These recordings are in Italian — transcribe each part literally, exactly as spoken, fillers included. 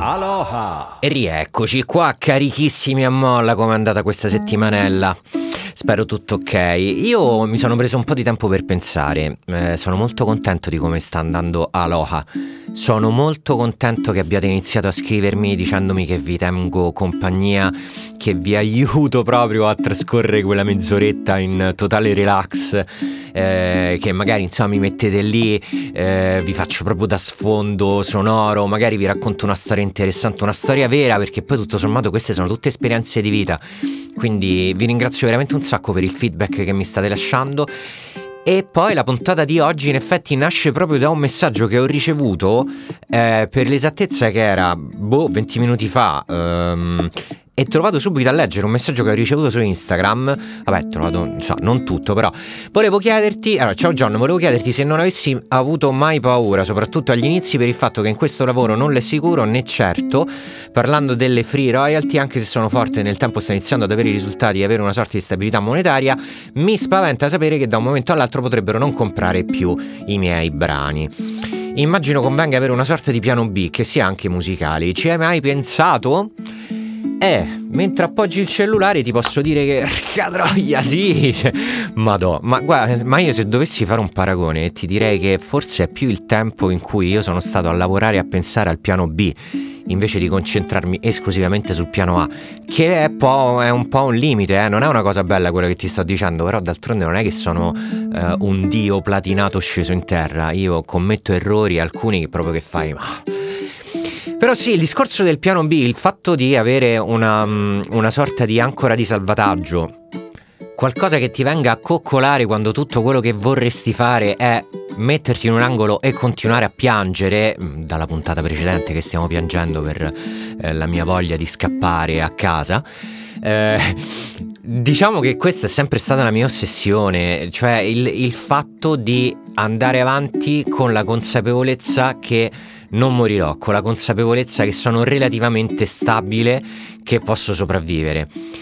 Aloha! E rieccoci qua, carichissimi a molla. Come è andata questa settimanella? Spero tutto ok. Io mi sono preso un po' di tempo per pensare. eh, Sono molto contento di come sta andando Aloha. Sono molto contento che abbiate iniziato a scrivermi dicendomi che vi tengo compagnia, che vi aiuto proprio a trascorrere quella mezz'oretta in totale relax, eh, che magari insomma mi mettete lì, eh, vi faccio proprio da sfondo sonoro, magari vi racconto una storia interessante, una storia vera, perché poi tutto sommato queste sono tutte esperienze di vita. Quindi vi ringrazio veramente un sacco per il feedback che mi state lasciando. E poi la puntata di oggi in effetti nasce proprio da un messaggio che ho ricevuto, eh, per l'esattezza che era boh venti minuti fa, ehm, e trovato subito a leggere un messaggio che ho ricevuto su Instagram. Vabbè, trovato, non so, non tutto, però volevo chiederti, allora, ciao John, volevo chiederti se non avessi avuto mai paura, soprattutto agli inizi, per il fatto che in questo lavoro non l'è sicuro né certo, parlando delle free royalty, anche se sono forte nel tempo sto iniziando ad avere i risultati e avere una sorta di stabilità monetaria, mi spaventa sapere che da un momento all'altro potrebbero non comprare più i miei brani. Immagino convenga avere una sorta di piano B, che sia anche musicale. Ci hai mai pensato? Eh, mentre appoggi il cellulare ti posso dire che porca troia, sì, cioè, madò, ma guarda, ma io se dovessi fare un paragone ti direi che forse è più il tempo in cui io sono stato a lavorare e a pensare al piano B invece di concentrarmi esclusivamente sul piano A, che è, po', è un po' un limite, eh? Non è una cosa bella quello che ti sto dicendo, però d'altronde non è che sono eh, un dio platinato sceso in terra. Io commetto errori, alcuni che proprio che fai, ma... Però sì, il discorso del piano B, il fatto di avere una, una sorta di ancora di salvataggio, qualcosa che ti venga a coccolare quando tutto quello che vorresti fare è metterti in un angolo e continuare a piangere, dalla puntata precedente che stiamo piangendo per eh, la mia voglia di scappare a casa. Eh, diciamo che questa è sempre stata la mia ossessione, cioè il, il fatto di andare avanti con la consapevolezza che non morirò, con la consapevolezza che sono relativamente stabile, che posso sopravvivere.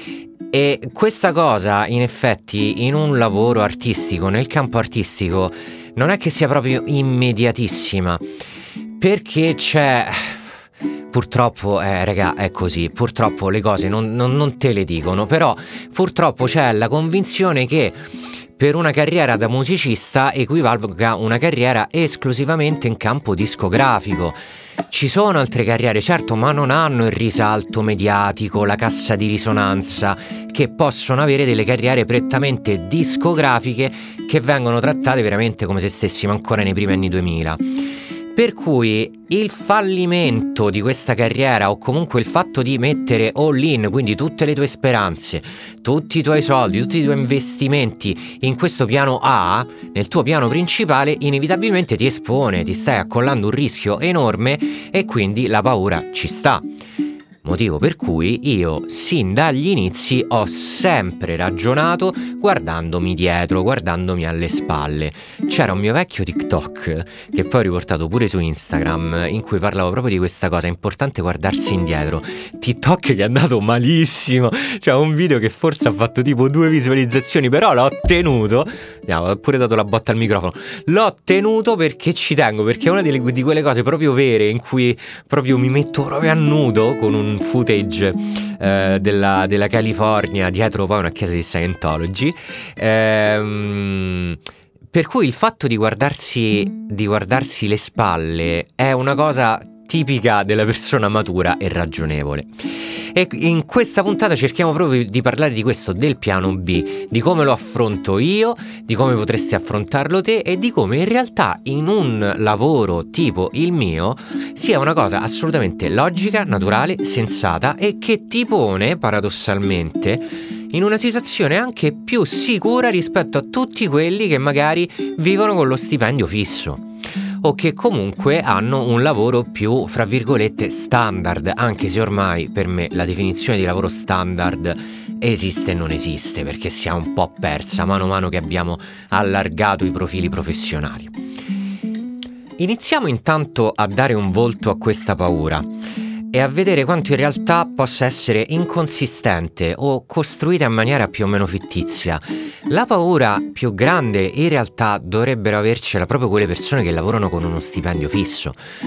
E questa cosa in effetti in un lavoro artistico, nel campo artistico, non è che sia proprio immediatissima, perché c'è... Purtroppo, eh, raga, è così, purtroppo le cose non, non, non te le dicono, però purtroppo c'è la convinzione che per una carriera da musicista equivalga una carriera esclusivamente in campo discografico. Ci sono altre carriere, certo, ma non hanno il risalto mediatico, la cassa di risonanza che possono avere delle carriere prettamente discografiche, che vengono trattate veramente come se stessimo ancora nei primi anni duemila. Per cui il fallimento di questa carriera, o comunque il fatto di mettere all in, quindi tutte le tue speranze, tutti i tuoi soldi, tutti i tuoi investimenti in questo piano A, nel tuo piano principale, inevitabilmente ti espone, ti stai accollando un rischio enorme e quindi la paura ci sta. Motivo per cui io, sin dagli inizi, ho sempre ragionato guardandomi dietro, guardandomi alle spalle. C'era un mio vecchio TikTok, che poi ho riportato pure su Instagram, in cui parlavo proprio di questa cosa, è importante guardarsi indietro. TikTok che è andato malissimo, cioè un video che forse ha fatto tipo due visualizzazioni, però l'ho tenuto, andiamo, ho pure dato la botta al microfono, l'ho tenuto perché ci tengo, perché è una delle, di quelle cose proprio vere, in cui proprio mi metto proprio a nudo con un footage eh, della, della California, dietro poi una chiesa di Scientology, ehm, per cui il fatto di guardarsi di guardarsi le spalle è una cosa tipica della persona matura e ragionevole. E in questa puntata cerchiamo proprio di parlare di questo, del piano B, di come lo affronto io, di come potresti affrontarlo te e di come in realtà in un lavoro tipo il mio sia una cosa assolutamente logica, naturale, sensata e che ti pone paradossalmente in una situazione anche più sicura rispetto a tutti quelli che magari vivono con lo stipendio fisso, o che comunque hanno un lavoro più, fra virgolette, standard, anche se ormai per me la definizione di lavoro standard esiste e non esiste, perché si è un po' persa mano a mano che abbiamo allargato i profili professionali. Iniziamo intanto a dare un volto a questa paura e a vedere quanto in realtà possa essere inconsistente o costruita in maniera più o meno fittizia. La paura più grande in realtà dovrebbero avercela proprio quelle persone che lavorano con uno stipendio fisso,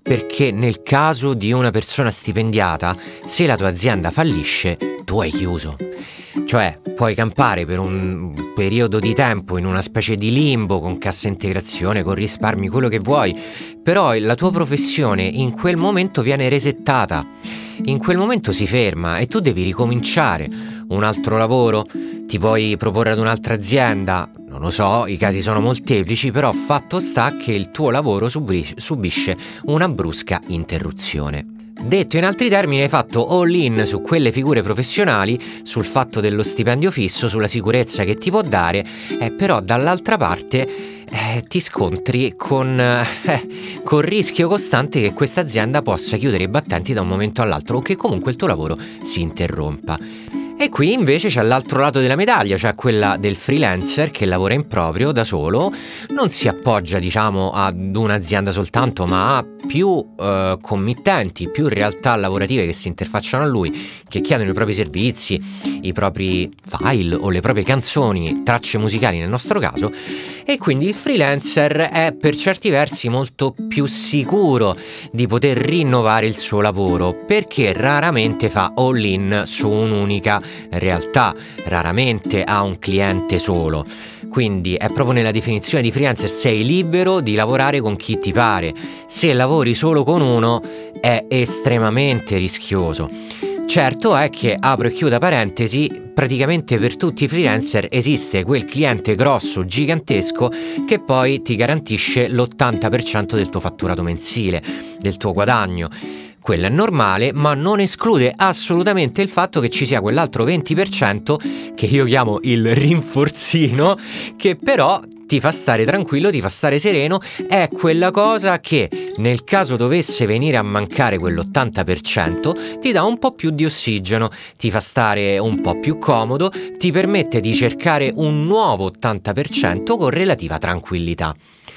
perché nel caso di una persona stipendiata, se la tua azienda fallisce, tu hai chiuso. Cioè, puoi campare per un periodo di tempo in una specie di limbo, con cassa integrazione, con risparmi, quello che vuoi, però la tua professione in quel momento viene resettata, in quel momento si ferma e tu devi ricominciare un altro lavoro, ti puoi proporre ad un'altra azienda, non lo so, i casi sono molteplici, però fatto sta che il tuo lavoro subisce una brusca interruzione. Detto in altri termini, hai fatto all in su quelle figure professionali, sul fatto dello stipendio fisso, sulla sicurezza che ti può dare, eh, però dall'altra parte eh, ti scontri con eh, col rischio costante che questa azienda possa chiudere i battenti da un momento all'altro o che comunque il tuo lavoro si interrompa. E qui invece c'è l'altro lato della medaglia, cioè quella del freelancer che lavora in proprio da solo, non si appoggia diciamo ad un'azienda soltanto, ma ha più eh, committenti, più realtà lavorative che si interfacciano a lui, che chiedono i propri servizi, i propri file o le proprie canzoni, tracce musicali nel nostro caso, e quindi il freelancer è per certi versi molto più sicuro di poter rinnovare il suo lavoro, perché raramente fa all in su un'unica realtà, raramente ha un cliente solo. Quindi è proprio nella definizione di freelancer, sei libero di lavorare con chi ti pare. Se lavori solo con uno è estremamente rischioso. Certo è che, apro e chiuda parentesi, praticamente per tutti i freelancer esiste quel cliente grosso, gigantesco, che poi ti garantisce l'ottanta per cento del tuo fatturato mensile, del tuo guadagno. Quello è normale, ma non esclude assolutamente il fatto che ci sia quell'altro venti per cento che io chiamo il rinforzino, che però ti fa stare tranquillo, ti fa stare sereno, è quella cosa che nel caso dovesse venire a mancare quell'ottanta per cento ti dà un po' più di ossigeno, ti fa stare un po' più comodo, ti permette di cercare un nuovo ottanta per cento con relativa tranquillità.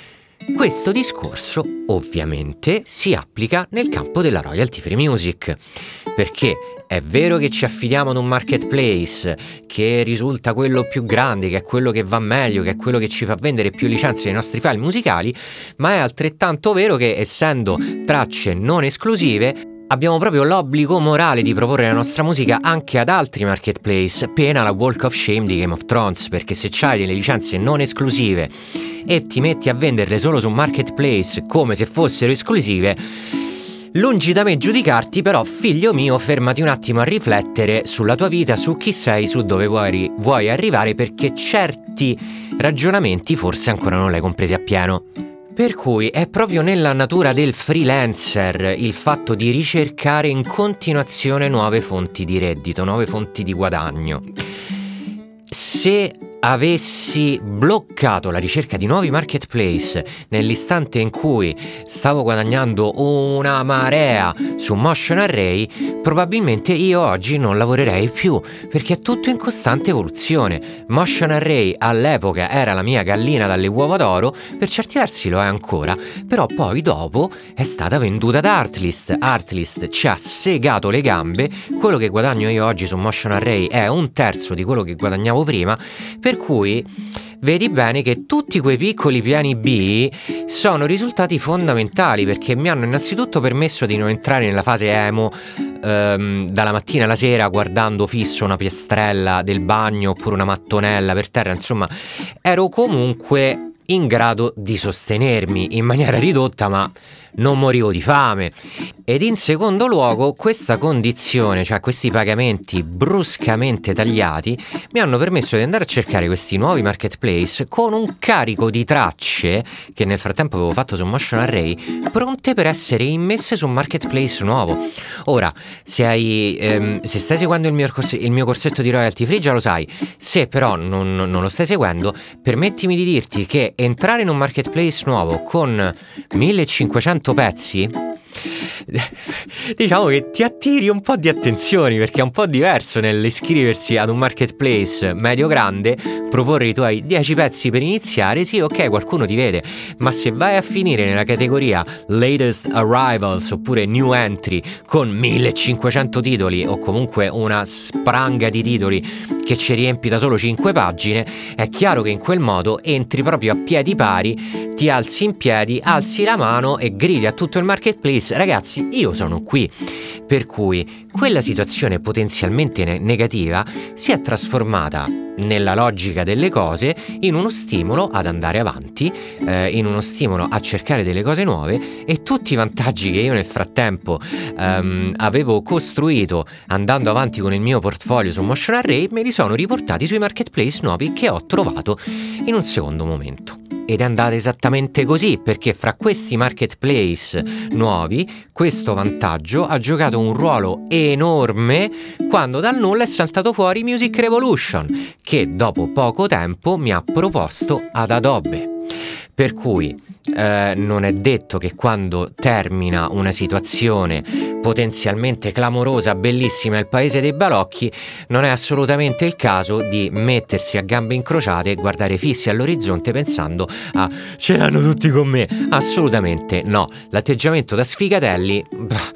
Questo discorso ovviamente si applica nel campo della royalty free music, perché è vero che ci affidiamo ad un marketplace che risulta quello più grande, che è quello che va meglio, che è quello che ci fa vendere più licenze dei nostri file musicali, ma è altrettanto vero che, essendo tracce non esclusive, abbiamo proprio l'obbligo morale di proporre la nostra musica anche ad altri marketplace, pena la Walk of Shame di Game of Thrones, perché se c'hai delle licenze non esclusive e ti metti a venderle solo su marketplace come se fossero esclusive, lungi da me giudicarti, però figlio mio fermati un attimo a riflettere sulla tua vita, su chi sei, su dove vuoi, vuoi arrivare, perché certi ragionamenti forse ancora non l'hai compresi appieno. Per cui è proprio nella natura del freelancer il fatto di ricercare in continuazione nuove fonti di reddito, nuove fonti di guadagno. Se avessi bloccato la ricerca di nuovi marketplace nell'istante in cui stavo guadagnando una marea su Motion Array, probabilmente io oggi non lavorerei più, perché è tutto in costante evoluzione. Motion Array all'epoca era la mia gallina dalle uova d'oro, per certi versi lo è ancora, però poi dopo è stata venduta da Artlist. Artlist ci ha segato le gambe, quello che guadagno io oggi su Motion Array è un terzo di quello che guadagnavo prima, per cui vedi bene che tutti quei piccoli piani B sono risultati fondamentali, perché mi hanno innanzitutto permesso di non entrare nella fase emo ehm, dalla mattina alla sera guardando fisso una piastrella del bagno oppure una mattonella per terra. Insomma, ero comunque in grado di sostenermi in maniera ridotta, ma non morivo di fame. Ed in secondo luogo, questa condizione, cioè questi pagamenti bruscamente tagliati, mi hanno permesso di andare a cercare questi nuovi marketplace con un carico di tracce che nel frattempo avevo fatto su Motion Array, pronte per essere immesse su un marketplace nuovo. Ora, se hai ehm, se stai seguendo il mio, corse- il mio corsetto di royalty free già lo sai. Se però non, non lo stai seguendo, permettimi di dirti che entrare in un marketplace nuovo con millecinquecento pezzi, diciamo che ti attiri un po' di attenzioni, perché è un po' diverso nell'iscriversi ad un marketplace medio-grande, proporre i tuoi dieci pezzi per iniziare. Sì, ok, qualcuno ti vede, ma se vai a finire nella categoria latest arrivals oppure new entry con millecinquecento titoli o comunque una spranga di titoli che ci riempi da solo cinque pagine, è chiaro che in quel modo entri proprio a piedi pari, ti alzi in piedi, alzi la mano e gridi a tutto il marketplace: ragazzi, io sono qui. Per cui quella situazione potenzialmente ne- negativa si è trasformata, nella logica delle cose, in uno stimolo ad andare avanti, eh, in uno stimolo a cercare delle cose nuove, e tutti i vantaggi che io nel frattempo ehm, avevo costruito andando avanti con il mio portfolio su Motion Array me li sono riportati sui marketplace nuovi che ho trovato in un secondo momento. Ed è andata esattamente così, perché fra questi marketplace nuovi questo vantaggio ha giocato un ruolo enorme quando dal nulla è saltato fuori Music Revolution, che dopo poco tempo mi ha proposto ad Adobe. Per cui eh, non è detto che quando termina una situazione potenzialmente clamorosa, bellissima, il paese dei balocchi, non è assolutamente il caso di mettersi a gambe incrociate e guardare fissi all'orizzonte pensando: ah, ce l'hanno tutti con me. Assolutamente no. L'atteggiamento da sfigatelli, bah,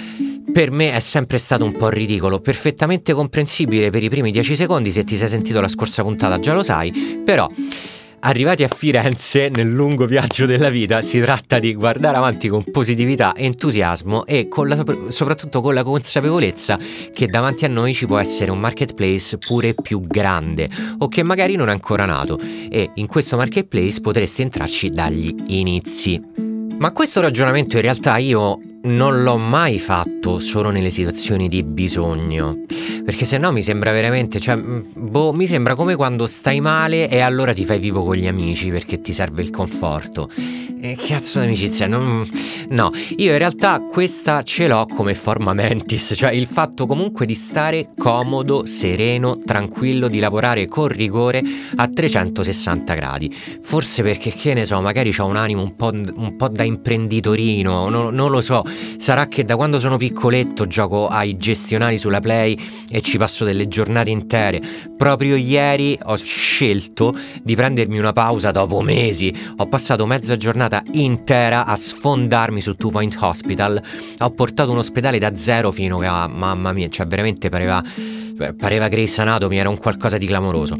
per me è sempre stato un po' ridicolo, perfettamente comprensibile per i primi dieci secondi. Se ti sei sentito la scorsa puntata già lo sai, però arrivati a Firenze, nel lungo viaggio della vita, si tratta di guardare avanti con positività, entusiasmo e con la, soprattutto con la consapevolezza che davanti a noi ci può essere un marketplace pure più grande, o che magari non è ancora nato, e in questo marketplace potresti entrarci dagli inizi. Ma questo ragionamento in realtà io non l'ho mai fatto solo nelle situazioni di bisogno, perché se no mi sembra veramente, cioè, boh, mi sembra come quando stai male e allora ti fai vivo con gli amici perché ti serve il conforto. E che cazzo di amicizia? Non... No, io in realtà questa ce l'ho come forma mentis, cioè il fatto comunque di stare comodo, sereno, tranquillo, di lavorare con rigore a trecentosessanta gradi. Forse perché, che ne so, magari c'ho un animo un po', un po' da imprenditorino, non, non lo so. Sarà che da quando sono piccoletto gioco ai gestionali sulla Play e ci passo delle giornate intere. Proprio ieri ho scelto di prendermi una pausa dopo mesi. Ho passato mezza giornata intera a sfondarmi su Two Point Hospital. Ho portato un ospedale da zero fino a, mamma mia, cioè veramente pareva pareva Grey's Anatomy, era un qualcosa di clamoroso.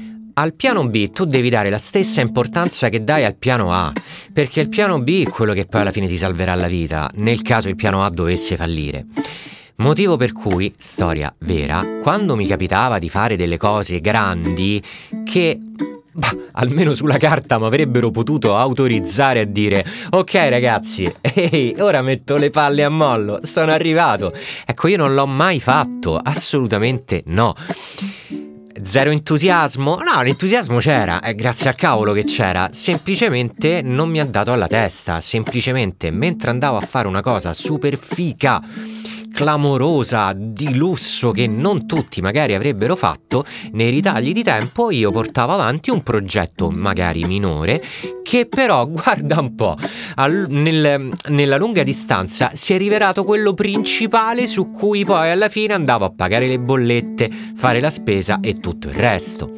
Al piano B tu devi dare la stessa importanza che dai al piano A, perché il piano B è quello che poi alla fine ti salverà la vita, nel caso il piano A dovesse fallire. Motivo per cui, storia vera, quando mi capitava di fare delle cose grandi che, bah, almeno sulla carta mi avrebbero potuto autorizzare a dire: ok ragazzi, ehi, ora metto le palle a mollo, sono arrivato. Ecco, io non l'ho mai fatto, assolutamente no. Zero entusiasmo? No, l'entusiasmo c'era, eh, grazie al cavolo che c'era, semplicemente non mi ha dato alla testa, semplicemente mentre andavo a fare una cosa super fica, clamorosa, di lusso, che non tutti magari avrebbero fatto, nei ritagli di tempo io portavo avanti un progetto magari minore che però, guarda un po', al, nel, nella lunga distanza si è rivelato quello principale su cui poi alla fine andavo a pagare le bollette, fare la spesa e tutto il resto.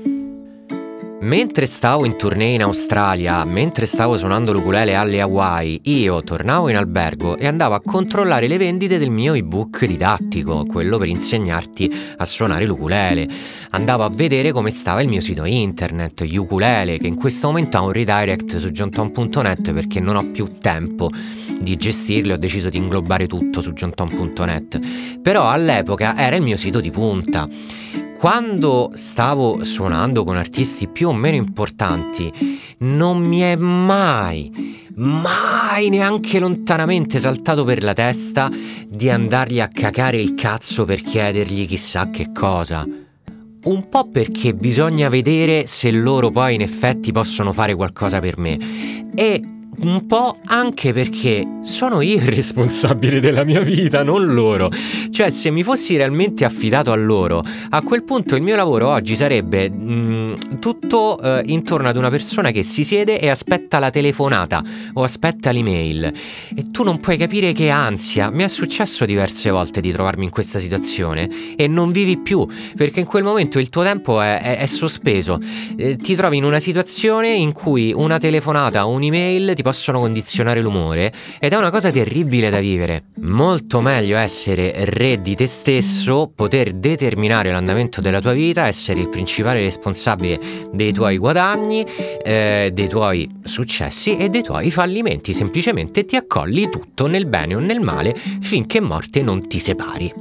Mentre stavo in tournée in Australia, mentre stavo suonando l'ukulele alle Hawaii, io tornavo in albergo e andavo a controllare le vendite del mio ebook didattico, quello per insegnarti a suonare l'ukulele. Andavo a vedere come stava il mio sito internet, Ukulele, che in questo momento ha un redirect su johnton punto net perché non ho più tempo di gestirlo, ho deciso di inglobare tutto su johnton punto net. Però all'epoca era il mio sito di punta. Quando stavo suonando con artisti più o meno importanti, non mi è mai, mai neanche lontanamente saltato per la testa di andargli a cacare il cazzo per chiedergli chissà che cosa. Un po' perché bisogna vedere se loro poi in effetti possono fare qualcosa per me, e un po' anche perché sono io il responsabile della mia vita, non loro. Cioè, se mi fossi realmente affidato a loro, a quel punto il mio lavoro oggi sarebbe mh, tutto eh, intorno ad una persona che si siede e aspetta la telefonata o aspetta l'email. E tu non puoi capire che ansia. Mi è successo diverse volte di trovarmi in questa situazione e non vivi più, perché in quel momento il tuo tempo è, è, è sospeso. Eh, ti trovi in una situazione in cui una telefonata o un'email ti possono condizionare l'umore ed è una cosa terribile da vivere. Molto meglio essere re di te stesso, poter determinare l'andamento della tua vita, essere il principale responsabile dei tuoi guadagni, eh, dei tuoi successi e dei tuoi fallimenti. Semplicemente ti accolli tutto nel bene o nel male finché morte non ti separi.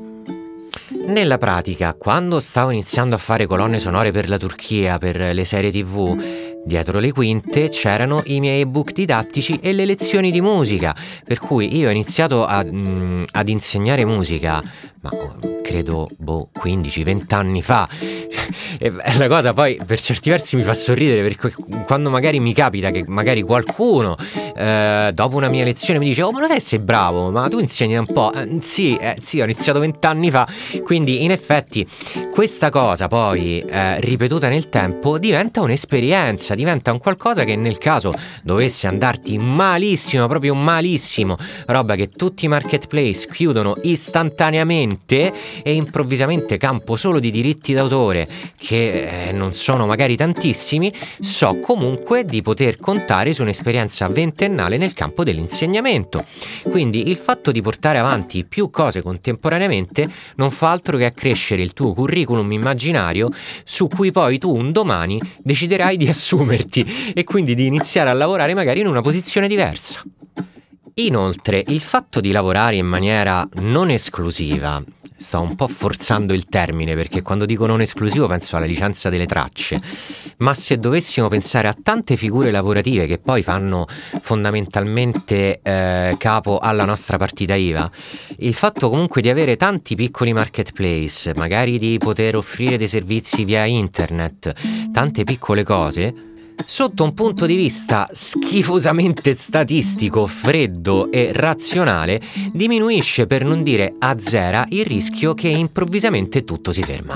Nella pratica, quando stavo iniziando a fare colonne sonore per la Turchia, per le serie tivù, dietro le quinte c'erano i miei ebook didattici e le lezioni di musica, per cui io ho iniziato a, mh, ad insegnare musica, ma oh, credo boh, quindici venti anni fa. E la cosa poi per certi versi mi fa sorridere, perché quando magari mi capita che magari qualcuno eh, dopo una mia lezione mi dice: oh, ma lo sai, sei bravo, ma tu insegni un po'. Eh, sì, eh, sì, ho iniziato vent'anni fa. Quindi in effetti questa cosa poi eh, ripetuta nel tempo diventa un'esperienza, diventa un qualcosa che nel caso dovesse andarti malissimo, proprio malissimo, roba che tutti i marketplace chiudono istantaneamente e improvvisamente campo solo di diritti d'autore che eh, non sono magari tantissimi, so comunque di poter contare su un'esperienza ventennale nel campo dell'insegnamento. Quindi il fatto di portare avanti più cose contemporaneamente non fa altro che accrescere il tuo curriculum immaginario, su cui poi tu un domani deciderai di assumerti e quindi di iniziare a lavorare magari in una posizione diversa. Inoltre, il fatto di lavorare in maniera non esclusiva, sto un po' forzando il termine perché quando dico non esclusivo penso alla licenza delle tracce, ma se dovessimo pensare a tante figure lavorative che poi fanno fondamentalmente eh, capo alla nostra partita I V A, il fatto comunque di avere tanti piccoli marketplace, magari di poter offrire dei servizi via internet, tante piccole cose, sotto un punto di vista schifosamente statistico, freddo e razionale, diminuisce, per non dire azzera, il rischio che improvvisamente tutto si ferma.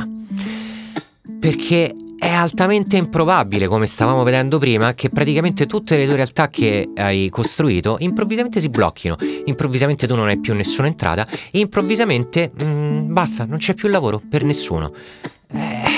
Perché è altamente improbabile, come stavamo vedendo prima, che praticamente tutte le tue realtà che hai costruito improvvisamente si blocchino, improvvisamente tu non hai più nessuna entrata e improvvisamente mm, basta, non c'è più lavoro per nessuno. Eh...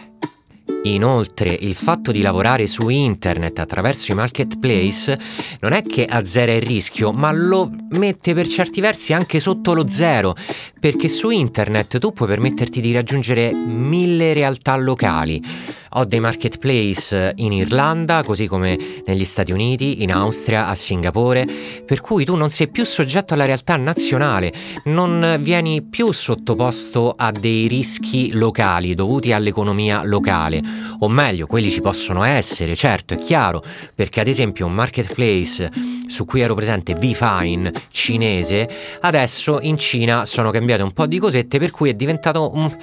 Inoltre, il fatto di lavorare su internet attraverso i marketplace non è che azzera il rischio, ma lo mette per certi versi anche sotto lo zero, perché su internet tu puoi permetterti di raggiungere mille realtà locali. Ho dei marketplace in Irlanda, così come negli Stati Uniti, in Austria, a Singapore, per cui tu non sei più soggetto alla realtà nazionale, non vieni più sottoposto a dei rischi locali dovuti all'economia locale. O meglio, quelli ci possono essere, certo, è chiaro, perché ad esempio un marketplace su cui ero presente, VFine, cinese, adesso in Cina sono cambiate un po' di cosette, per cui è diventato un,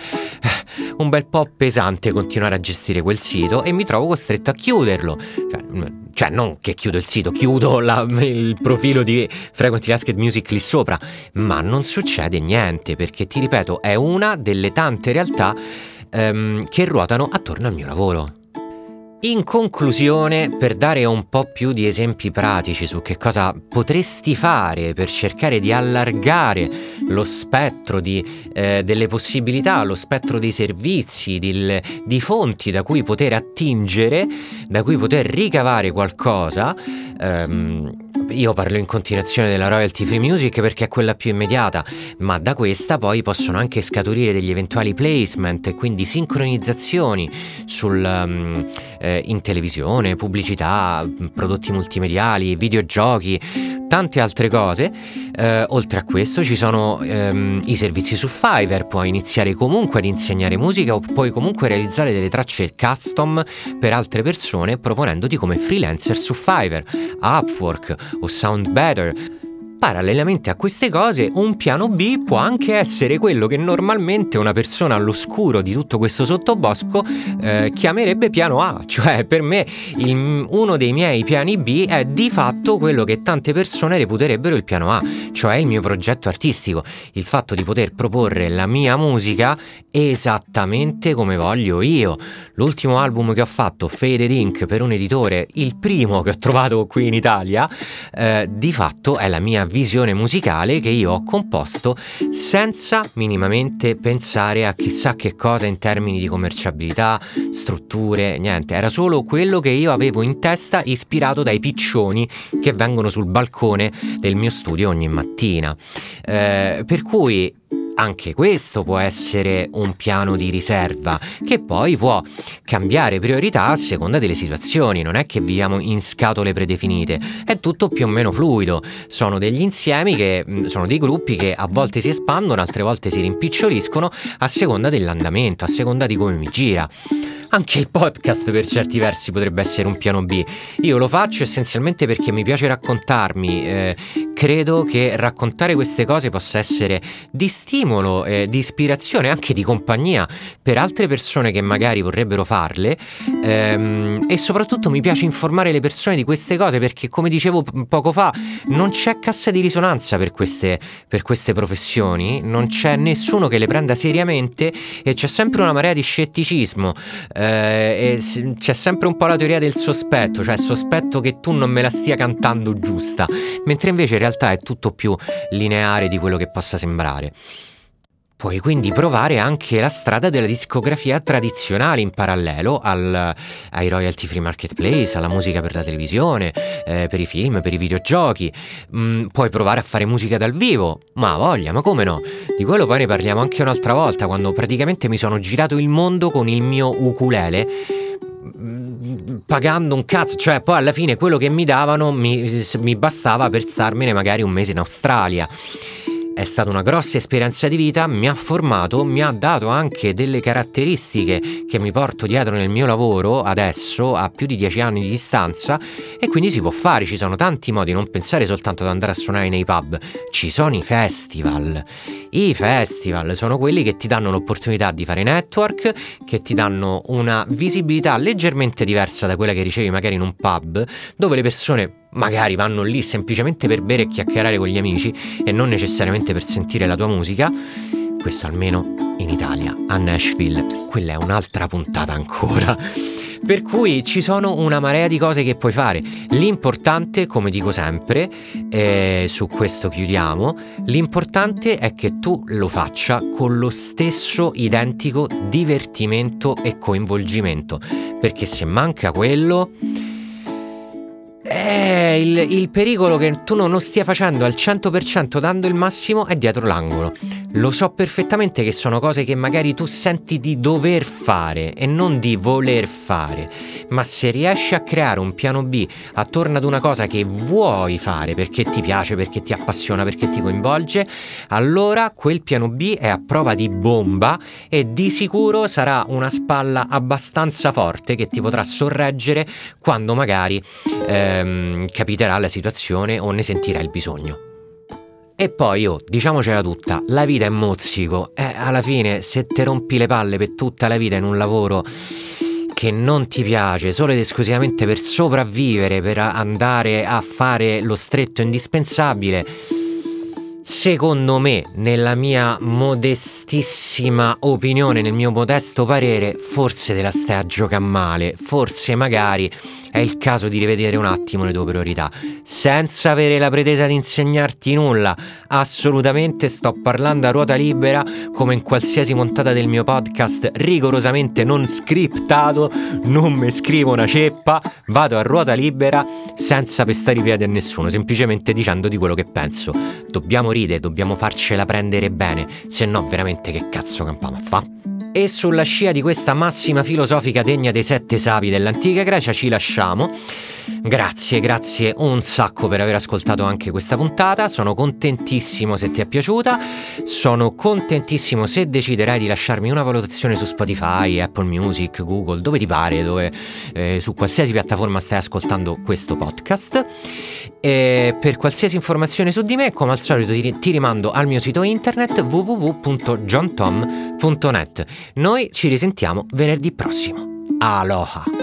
un bel po' pesante continuare a gestire quel sito e mi trovo costretto a chiuderlo. Cioè, cioè non che chiudo il sito, chiudo la, il profilo di Frequently Asked Music lì sopra, ma non succede niente, perché ti ripeto, è una delle tante realtà ehm, che ruotano attorno al mio lavoro. In conclusione, per dare un po' più di esempi pratici su che cosa potresti fare per cercare di allargare lo spettro di, eh, delle possibilità, lo spettro dei servizi, di, di fonti da cui poter attingere, da cui poter ricavare qualcosa, ehm, io parlo in continuazione della royalty free music perché è quella più immediata, ma da questa poi possono anche scaturire degli eventuali placement e quindi sincronizzazioni sul, um, eh, in televisione, pubblicità, prodotti multimediali, videogiochi, tante altre cose. Eh, oltre a questo ci sono ehm, i servizi su Fiverr, puoi iniziare comunque ad insegnare musica o puoi comunque realizzare delle tracce custom per altre persone proponendoti come freelancer su Fiverr, Upwork o Soundbetter. Parallelamente a queste cose, un piano B può anche essere quello che normalmente una persona all'oscuro di tutto questo sottobosco eh, chiamerebbe piano A. Cioè, per me il, uno dei miei piani B è di fatto quello che tante persone reputerebbero il piano A, cioè il mio progetto artistico, il fatto di poter proporre la mia musica esattamente come voglio io. L'ultimo album che ho fatto, Faded Ink, per un editore, il primo che ho trovato qui in Italia, eh, di fatto è la mia visione musicale che io ho composto senza minimamente pensare a chissà che cosa in termini di commerciabilità, strutture, niente. Era solo quello che io avevo in testa, ispirato dai piccioni che vengono sul balcone del mio studio ogni mattina. Eh, per cui anche questo può essere un piano di riserva che poi può cambiare priorità a seconda delle situazioni. Non è che viviamo in scatole predefinite, è tutto più o meno fluido. Sono degli insiemi che sono dei gruppi che a volte si espandono, altre volte si rimpiccioliscono a seconda dell'andamento, a seconda di come mi gira. Anche il podcast per certi versi potrebbe essere un piano B. Io lo faccio essenzialmente perché mi piace raccontarmi. Eh, credo che raccontare queste cose possa essere di stimolo, eh, di ispirazione, anche di compagnia per altre persone che magari vorrebbero farle. Ehm, e soprattutto mi piace informare le persone di queste cose perché, come dicevo poco fa, non c'è cassa di risonanza per queste, per queste professioni, non c'è nessuno che le prenda seriamente e c'è sempre una marea di scetticismo. Eh, e c'è sempre un po' la teoria del sospetto, cioè sospetto che tu non me la stia cantando giusta, mentre invece in realtà è tutto più lineare di quello che possa sembrare. Puoi quindi provare anche la strada della discografia tradizionale in parallelo al, ai royalty free marketplace, alla musica per la televisione, eh, per i film, per i videogiochi. Mm, puoi provare a fare musica dal vivo, ma voglia, ma come no? Di quello poi ne parliamo anche un'altra volta, quando praticamente mi sono girato il mondo con il mio ukulele, pagando un cazzo, cioè poi alla fine quello che mi davano mi, mi bastava per starmene magari un mese in Australia. È stata una grossa esperienza di vita, mi ha formato, mi ha dato anche delle caratteristiche che mi porto dietro nel mio lavoro adesso a più di dieci anni di distanza, e quindi si può fare, ci sono tanti modi, non pensare soltanto ad andare a suonare nei pub, ci sono i festival. I festival sono quelli che ti danno l'opportunità di fare network, che ti danno una visibilità leggermente diversa da quella che ricevi magari in un pub, dove le persone magari vanno lì semplicemente per bere e chiacchierare con gli amici e non necessariamente per sentire la tua musica. Questo almeno in Italia, a Nashville, quella è un'altra puntata ancora. Per cui ci sono una marea di cose che puoi fare. L'importante, come dico sempre, eh, su questo chiudiamo, l'importante è che tu lo faccia con lo stesso identico divertimento e coinvolgimento, perché se manca quello, Eh, il, il pericolo che tu non lo stia facendo al cento per cento dando il massimo è dietro l'angolo. Lo so perfettamente che sono cose che magari tu senti di dover fare e non di voler fare, ma se riesci a creare un piano B attorno ad una cosa che vuoi fare perché ti piace, perché ti appassiona, perché ti coinvolge, allora quel piano B è a prova di bomba e di sicuro sarà una spalla abbastanza forte che ti potrà sorreggere quando magari ehm, capiterà la situazione o ne sentirai il bisogno. E poi, oh, diciamocela tutta, la vita è mozzico, eh, alla fine se te rompi le palle per tutta la vita in un lavoro che non ti piace, solo ed esclusivamente per sopravvivere, per andare a fare lo stretto indispensabile, secondo me, nella mia modestissima opinione, nel mio modesto parere, forse te la stai a giocare male, forse magari è il caso di rivedere un attimo le tue priorità, senza avere la pretesa di insegnarti nulla. Assolutamente sto parlando a ruota libera, come in qualsiasi puntata del mio podcast, rigorosamente non scriptato, non mi scrivo una ceppa, vado a ruota libera senza pestare i piedi a nessuno, semplicemente dicendo di quello che penso. Dobbiamo ridere, dobbiamo farcela prendere bene, se no veramente che cazzo campiamo a fa'? E sulla scia di questa massima filosofica degna dei sette sapi dell'antica Grecia ci lasciamo. Grazie, grazie un sacco per aver ascoltato anche questa puntata. Sono contentissimo se ti è piaciuta. Sono contentissimo se deciderai di lasciarmi una valutazione su Spotify, Apple Music, Google, dove ti pare, dove eh, su qualsiasi piattaforma stai ascoltando questo podcast. E per qualsiasi informazione su di me, come al solito ti, ti rimando al mio sito internet w w w punto john tom punto net. Noi ci risentiamo venerdì prossimo. Aloha!